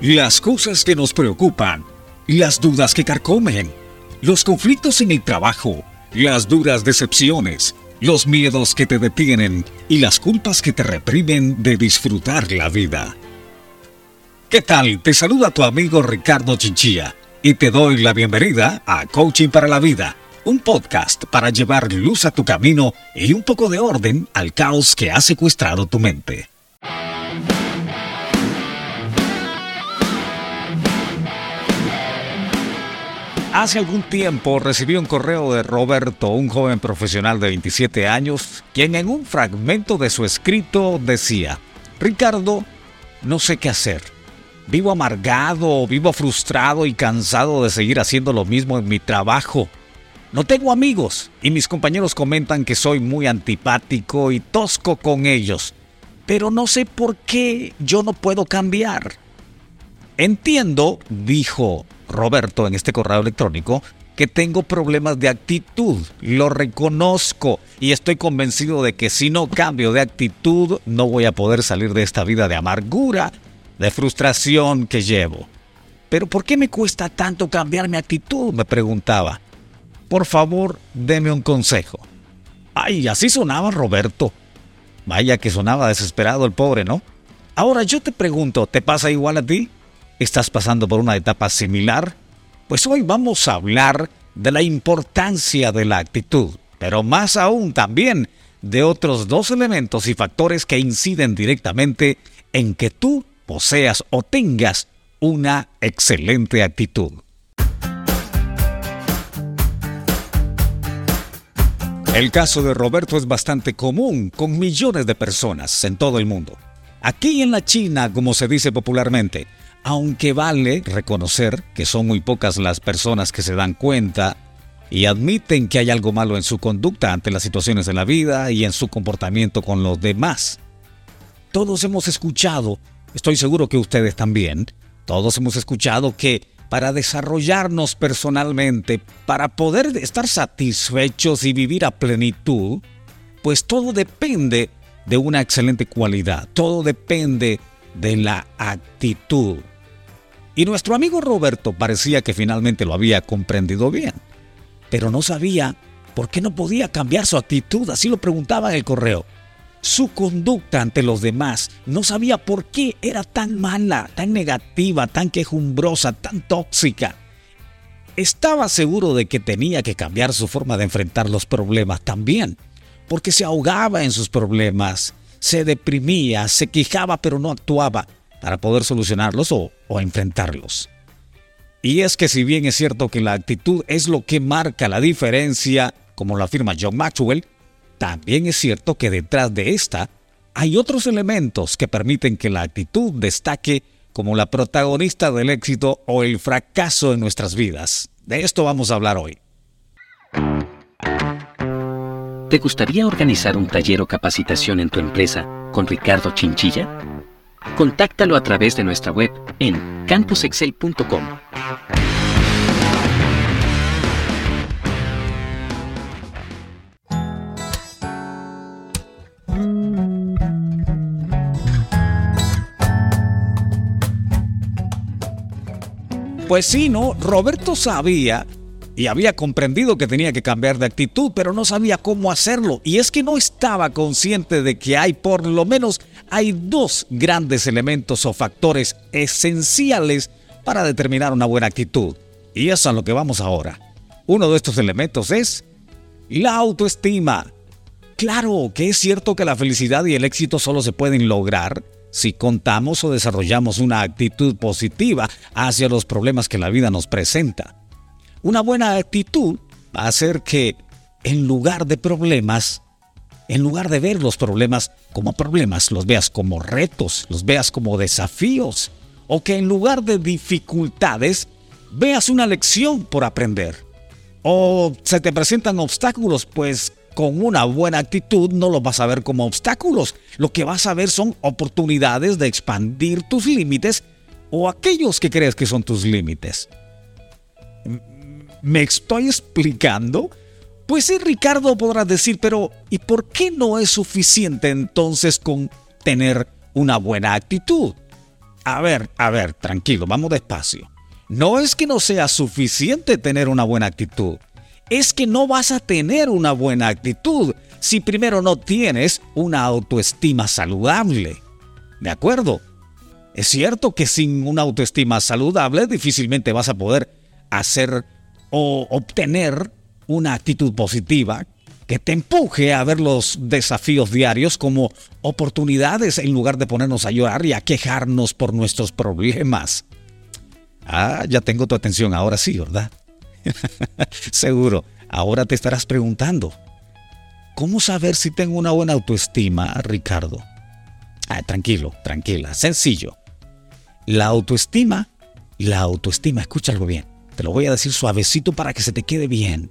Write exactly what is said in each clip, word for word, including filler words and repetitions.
Las cosas que nos preocupan, las dudas que carcomen, los conflictos en el trabajo, las duras decepciones, los miedos que te detienen y las culpas que te reprimen de disfrutar la vida. ¿Qué tal? Te saluda tu amigo Ricardo Chinchilla y te doy la bienvenida a Coaching para la Vida, un podcast para llevar luz a tu camino y un poco de orden al caos que ha secuestrado tu mente. Hace algún tiempo recibí un correo de Roberto, un joven profesional de veintisiete años, quien en un fragmento de su escrito decía: Ricardo, no sé qué hacer. Vivo amargado, vivo frustrado y cansado de seguir haciendo lo mismo en mi trabajo. No tengo amigos y mis compañeros comentan que soy muy antipático y tosco con ellos, pero no sé por qué yo no puedo cambiar. Entiendo, dijo Roberto en este correo electrónico, que tengo problemas de actitud, lo reconozco y estoy convencido de que si no cambio de actitud no voy a poder salir de esta vida de amargura, de frustración que llevo. Pero ¿por qué me cuesta tanto cambiar mi actitud?, me preguntaba. Por favor, deme un consejo. Ay, así sonaba Roberto. Vaya que sonaba desesperado el pobre, ¿no? Ahora yo te pregunto, ¿te pasa igual a ti? ¿Estás pasando por una etapa similar? Pues hoy vamos a hablar de la importancia de la actitud, pero más aún también de otros dos elementos y factores que inciden directamente en que tú poseas o tengas una excelente actitud. El caso de Roberto es bastante común con millones de personas en todo el mundo. Aquí en la China, como se dice popularmente, aunque vale reconocer que son muy pocas las personas que se dan cuenta y admiten que hay algo malo en su conducta ante las situaciones de la vida y en su comportamiento con los demás. Todos hemos escuchado, estoy seguro que ustedes también, todos hemos escuchado que para desarrollarnos personalmente, para poder estar satisfechos y vivir a plenitud, pues todo depende de una excelente cualidad, todo depende de la actitud. Y nuestro amigo Roberto parecía que finalmente lo había comprendido bien, pero no sabía por qué no podía cambiar su actitud, así lo preguntaba en el correo. Su conducta ante los demás, no sabía por qué era tan mala, tan negativa, tan quejumbrosa, tan tóxica. Estaba seguro de que tenía que cambiar su forma de enfrentar los problemas también, porque se ahogaba en sus problemas, se deprimía, se quejaba pero no actuaba para poder solucionarlos o, o enfrentarlos. Y es que si bien es cierto que la actitud es lo que marca la diferencia, como lo afirma John Maxwell, también es cierto que detrás de esta hay otros elementos que permiten que la actitud destaque como la protagonista del éxito o el fracaso en nuestras vidas. De esto vamos a hablar hoy. ¿Te gustaría organizar un taller o capacitación en tu empresa con Ricardo Chinchilla? Contáctalo a través de nuestra web en campus excel punto com. Pues sí, ¿no? Roberto sabía y había comprendido que tenía que cambiar de actitud, pero no sabía cómo hacerlo. Y es que no estaba consciente de que hay por lo menos hay dos grandes elementos o factores esenciales para determinar una buena actitud. Y eso es a lo que vamos ahora. Uno de estos elementos es la autoestima. Claro que es cierto que la felicidad y el éxito solo se pueden lograr si contamos o desarrollamos una actitud positiva hacia los problemas que la vida nos presenta. Una buena actitud va a hacer que, en lugar de problemas, en lugar de ver los problemas como problemas, los veas como retos, los veas como desafíos, o que en lugar de dificultades, veas una lección por aprender. O se te presentan obstáculos, pues con una buena actitud no los vas a ver como obstáculos. Lo que vas a ver son oportunidades de expandir tus límites o aquellos que crees que son tus límites. ¿Me estoy explicando? Pues sí, Ricardo, podrás decir, pero ¿y por qué no es suficiente entonces con tener una buena actitud? A ver, a ver, tranquilo, vamos despacio. No es que no sea suficiente tener una buena actitud. Es que no vas a tener una buena actitud si primero no tienes una autoestima saludable. ¿De acuerdo? Es cierto que sin una autoestima saludable difícilmente vas a poder hacer o obtener una actitud positiva que te empuje a ver los desafíos diarios como oportunidades en lugar de ponernos a llorar y a quejarnos por nuestros problemas. Ah, ya tengo tu atención, ahora sí, ¿verdad? Seguro, ahora te estarás preguntando, ¿cómo saber si tengo una buena autoestima, Ricardo? Ah, tranquilo, tranquila, sencillo. La autoestima, la autoestima, escúchalo bien, te lo voy a decir suavecito para que se te quede bien.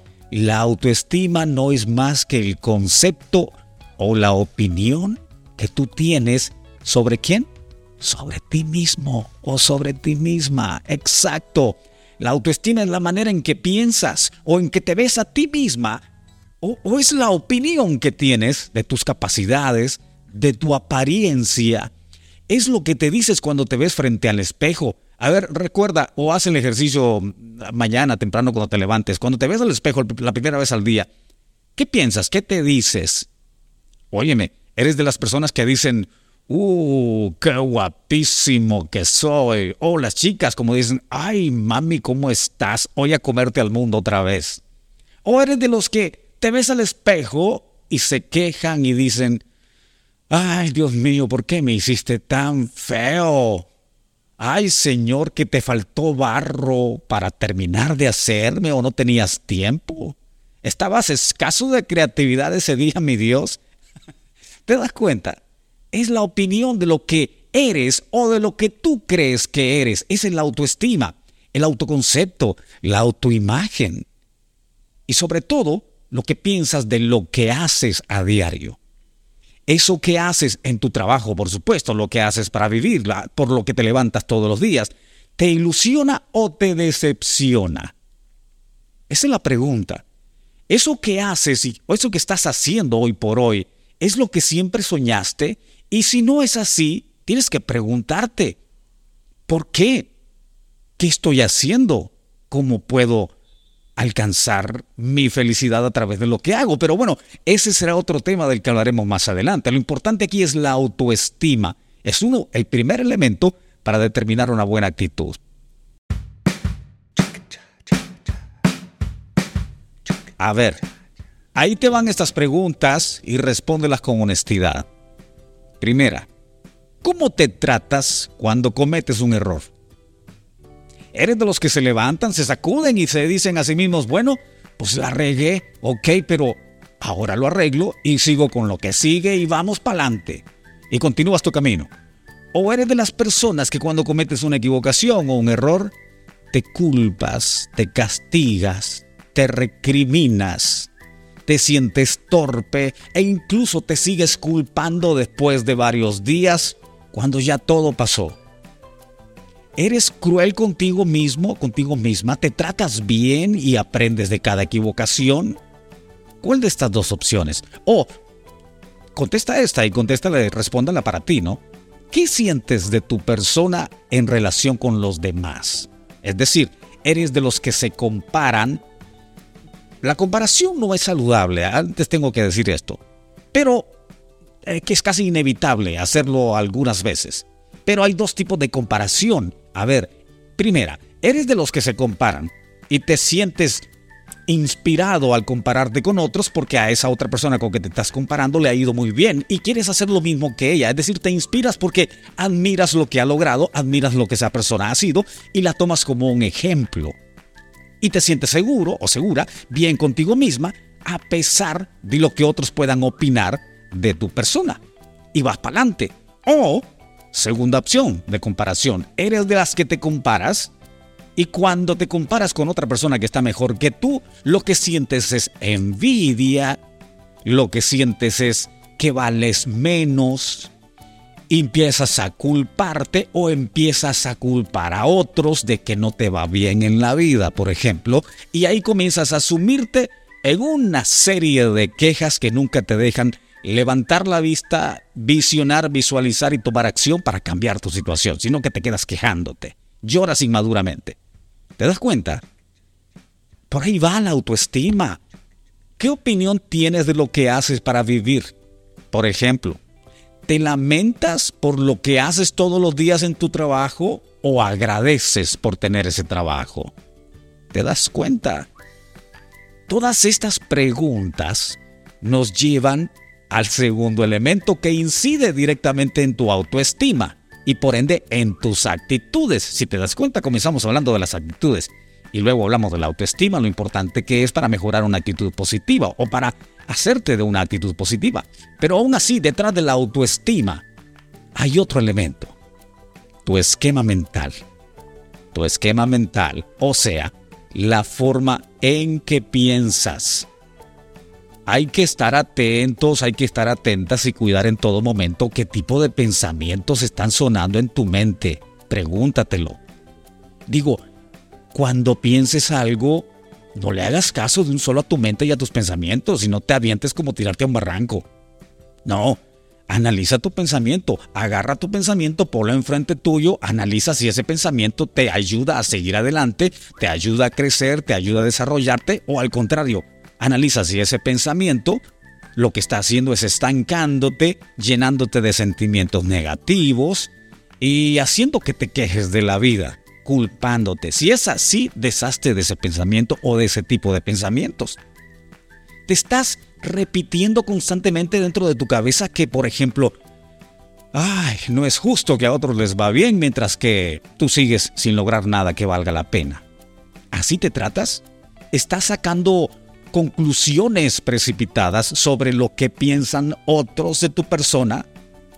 La autoestima no es más que el concepto o la opinión que tú tienes sobre quién, sobre ti mismo o sobre ti misma. Exacto. La autoestima es la manera en que piensas o en que te ves a ti misma o, o es la opinión que tienes de tus capacidades, de tu apariencia. Es lo que te dices cuando te ves frente al espejo. A ver, recuerda o haz el ejercicio mañana temprano cuando te levantes. Cuando te ves al espejo la primera vez al día, ¿qué piensas? ¿Qué te dices? Óyeme, eres de las personas que dicen, ¡uh, qué guapísimo que soy! O las chicas como dicen, ¡ay, mami, ¿cómo estás? Voy a comerte al mundo otra vez. O eres de los que te ves al espejo y se quejan y dicen, ¡ay, Dios mío, ¿por qué me hiciste tan feo? ¡Ay, Señor, que te faltó barro para terminar de hacerme o no tenías tiempo! ¿Estabas escaso de creatividad ese día, mi Dios? ¿Te das cuenta? Es la opinión de lo que eres o de lo que tú crees que eres. Esa es la autoestima, el autoconcepto, la autoimagen. Y sobre todo, lo que piensas de lo que haces a diario. Eso que haces en tu trabajo, por supuesto, lo que haces para vivir, por lo que te levantas todos los días, ¿te ilusiona o te decepciona? Esa es la pregunta. ¿Eso que haces y, o eso que estás haciendo hoy por hoy es lo que siempre soñaste? Y si no es así, tienes que preguntarte, ¿por qué? ¿Qué estoy haciendo? ¿Cómo puedo alcanzar mi felicidad a través de lo que hago? Pero bueno, ese será otro tema del que hablaremos más adelante. Lo importante aquí es la autoestima. Es uno, el primer elemento para determinar una buena actitud. A ver, ahí te van estas preguntas y respóndelas con honestidad. Primera, ¿cómo te tratas cuando cometes un error? ¿Eres de los que se levantan, se sacuden y se dicen a sí mismos, bueno, pues la regué, ok, pero ahora lo arreglo y sigo con lo que sigue y vamos para adelante? Y continúas tu camino. ¿O eres de las personas que cuando cometes una equivocación o un error, te culpas, te castigas, te recriminas, te sientes torpe e incluso te sigues culpando después de varios días cuando ya todo pasó? ¿Eres cruel contigo mismo, contigo misma? ¿Te tratas bien y aprendes de cada equivocación? ¿Cuál de estas dos opciones? O contesta esta y contéstale, respóndala para ti, ¿no? ¿Qué sientes de tu persona en relación con los demás? Es decir, ¿eres de los que se comparan? La comparación no es saludable, antes tengo que decir esto, pero eh, que es casi inevitable hacerlo algunas veces. Pero hay dos tipos de comparación. A ver, primera, eres de los que se comparan y te sientes inspirado al compararte con otros porque a esa otra persona con que te estás comparando le ha ido muy bien y quieres hacer lo mismo que ella. Es decir, te inspiras porque admiras lo que ha logrado, admiras lo que esa persona ha sido y la tomas como un ejemplo. Y te sientes seguro o segura, bien contigo misma, a pesar de lo que otros puedan opinar de tu persona. Y vas para adelante. O segunda opción de comparación, eres de las que te comparas y cuando te comparas con otra persona que está mejor que tú, lo que sientes es envidia, lo que sientes es que vales menos, empiezas a culparte o empiezas a culpar a otros de que no te va bien en la vida, por ejemplo, y ahí comienzas a sumirte en una serie de quejas que nunca te dejan levantar la vista, visionar, visualizar y tomar acción para cambiar tu situación, sino que te quedas quejándote, lloras inmaduramente. ¿Te das cuenta? Por ahí va la autoestima. ¿Qué opinión tienes de lo que haces para vivir? Por ejemplo, ¿te lamentas por lo que haces todos los días en tu trabajo o agradeces por tener ese trabajo? ¿Te das cuenta? Todas estas preguntas nos llevan al segundo elemento que incide directamente en tu autoestima y por ende en tus actitudes. Si te das cuenta, comenzamos hablando de las actitudes y luego hablamos de la autoestima, lo importante que es para mejorar una actitud positiva o para hacerte de una actitud positiva. Pero aún así, detrás de la autoestima hay otro elemento, tu esquema mental. Tu esquema mental, o sea, la forma en que piensas. Hay que estar atentos, hay que estar atentas y cuidar en todo momento qué tipo de pensamientos están sonando en tu mente. Pregúntatelo. Digo, cuando pienses algo, no le hagas caso de un solo a tu mente y a tus pensamientos y no te avientes como tirarte a un barranco. No, analiza tu pensamiento, agarra tu pensamiento, ponlo enfrente tuyo, analiza si ese pensamiento te ayuda a seguir adelante, te ayuda a crecer, te ayuda a desarrollarte o al contrario, analiza si ese pensamiento lo que está haciendo es estancándote, llenándote de sentimientos negativos y haciendo que te quejes de la vida, culpándote. Si es así, deshazte de ese pensamiento o de ese tipo de pensamientos. Te estás repitiendo constantemente dentro de tu cabeza que, por ejemplo, ay, no es justo que a otros les va bien mientras que tú sigues sin lograr nada que valga la pena. ¿Así te tratas? ¿Estás sacando conclusiones precipitadas sobre lo que piensan otros de tu persona?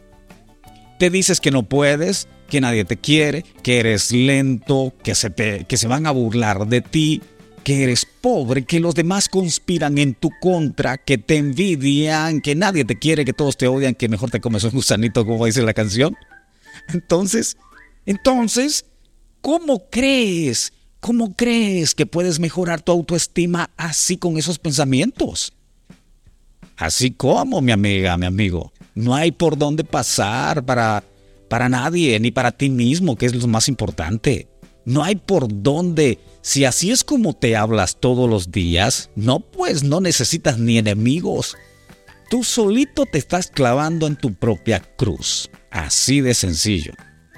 Te dices que no puedes, que nadie te quiere, que eres lento, que se, te, que se van a burlar de ti, que eres pobre, que los demás conspiran en tu contra, que te envidian, que nadie te quiere, que todos te odian, que mejor te comes un gusanito, como dice la canción. Entonces, entonces, ¿cómo crees? ¿Cómo crees que puedes mejorar tu autoestima así con esos pensamientos? Así como, mi amiga, mi amigo. No hay por dónde pasar para, para nadie, ni para ti mismo, que es lo más importante. No hay por dónde. Si así es como te hablas todos los días, no, pues no necesitas ni enemigos. Tú solito te estás clavando en tu propia cruz. Así de sencillo.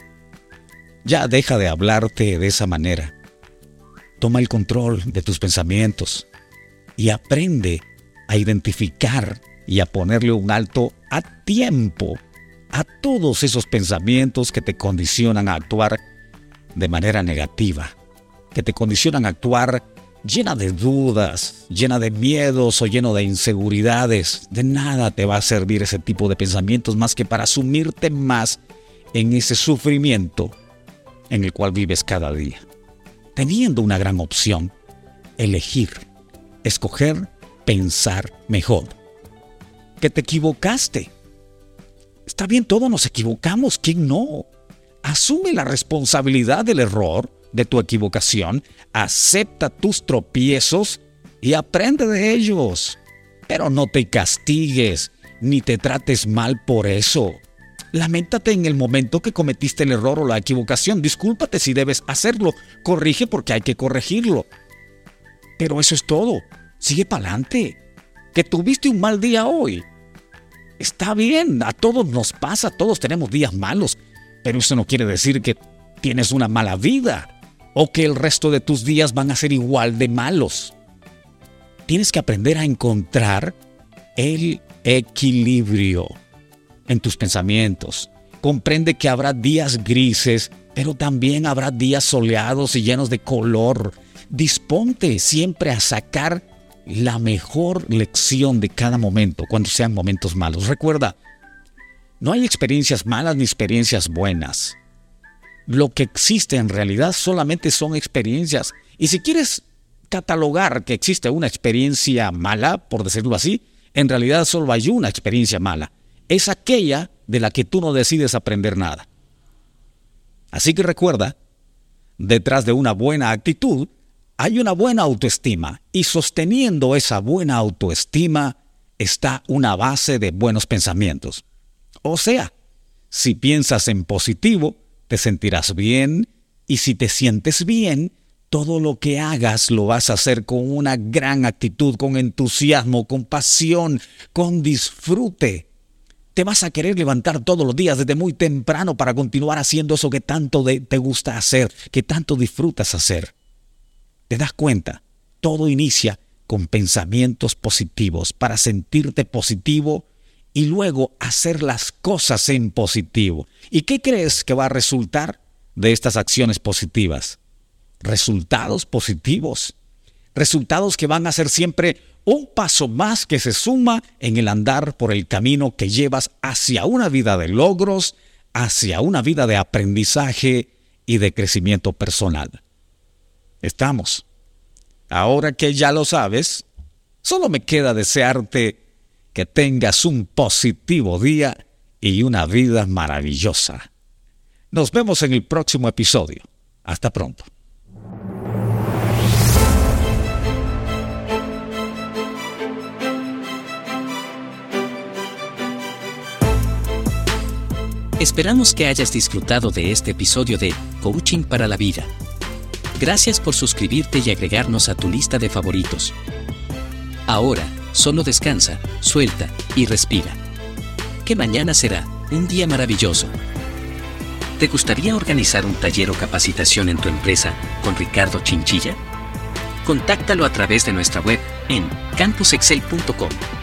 Ya deja de hablarte de esa manera. Toma el control de tus pensamientos y aprende a identificar y a ponerle un alto a tiempo a todos esos pensamientos que te condicionan a actuar de manera negativa, que te condicionan a actuar llena de dudas, llena de miedos o lleno de inseguridades. De nada te va a servir ese tipo de pensamientos más que para sumirte más en ese sufrimiento en el cual vives cada día. Teniendo una gran opción, elegir, escoger, pensar mejor. Que te equivocaste. Está bien, todos nos equivocamos, ¿quién no? Asume la responsabilidad del error, de tu equivocación, acepta tus tropiezos y aprende de ellos. Pero no te castigues, ni te trates mal por eso. Lamentate en el momento que cometiste el error o la equivocación. Discúlpate si debes hacerlo. Corrige porque hay que corregirlo. Pero eso es todo. Sigue para adelante. Que tuviste un mal día hoy. Está bien, a todos nos pasa, todos tenemos días malos. Pero eso no quiere decir que tienes una mala vida o que el resto de tus días van a ser igual de malos. Tienes que aprender a encontrar el equilibrio en tus pensamientos. Comprende que habrá días grises, pero también habrá días soleados y llenos de color. Disponte siempre a sacar la mejor lección de cada momento cuando sean momentos malos. Recuerda, no hay experiencias malas ni experiencias buenas. Lo que existe en realidad solamente son experiencias. Y si quieres catalogar que existe una experiencia mala, por decirlo así, en realidad solo hay una experiencia mala. Es aquella de la que tú no decides aprender nada. Así que recuerda, detrás de una buena actitud hay una buena autoestima y sosteniendo esa buena autoestima está una base de buenos pensamientos. O sea, si piensas en positivo, te sentirás bien, y si te sientes bien, todo lo que hagas lo vas a hacer con una gran actitud, con entusiasmo, con pasión, con disfrute. Te vas a querer levantar todos los días desde muy temprano para continuar haciendo eso que tanto de, te gusta hacer, que tanto disfrutas hacer. ¿Te das cuenta? Todo inicia con pensamientos positivos para sentirte positivo y luego hacer las cosas en positivo. ¿Y qué crees que va a resultar de estas acciones positivas? Resultados positivos. Resultados que van a ser siempre un paso más que se suma en el andar por el camino que llevas hacia una vida de logros, hacia una vida de aprendizaje y de crecimiento personal. Estamos. Ahora que ya lo sabes, solo me queda desearte que tengas un positivo día y una vida maravillosa. Nos vemos en el próximo episodio. Hasta pronto. Esperamos que hayas disfrutado de este episodio de Coaching para la Vida. Gracias por suscribirte y agregarnos a tu lista de favoritos. Ahora, solo descansa, suelta y respira. Que mañana será un día maravilloso. ¿Te gustaría organizar un taller o capacitación en tu empresa con Ricardo Chinchilla? Contáctalo a través de nuestra web en campus excel punto com.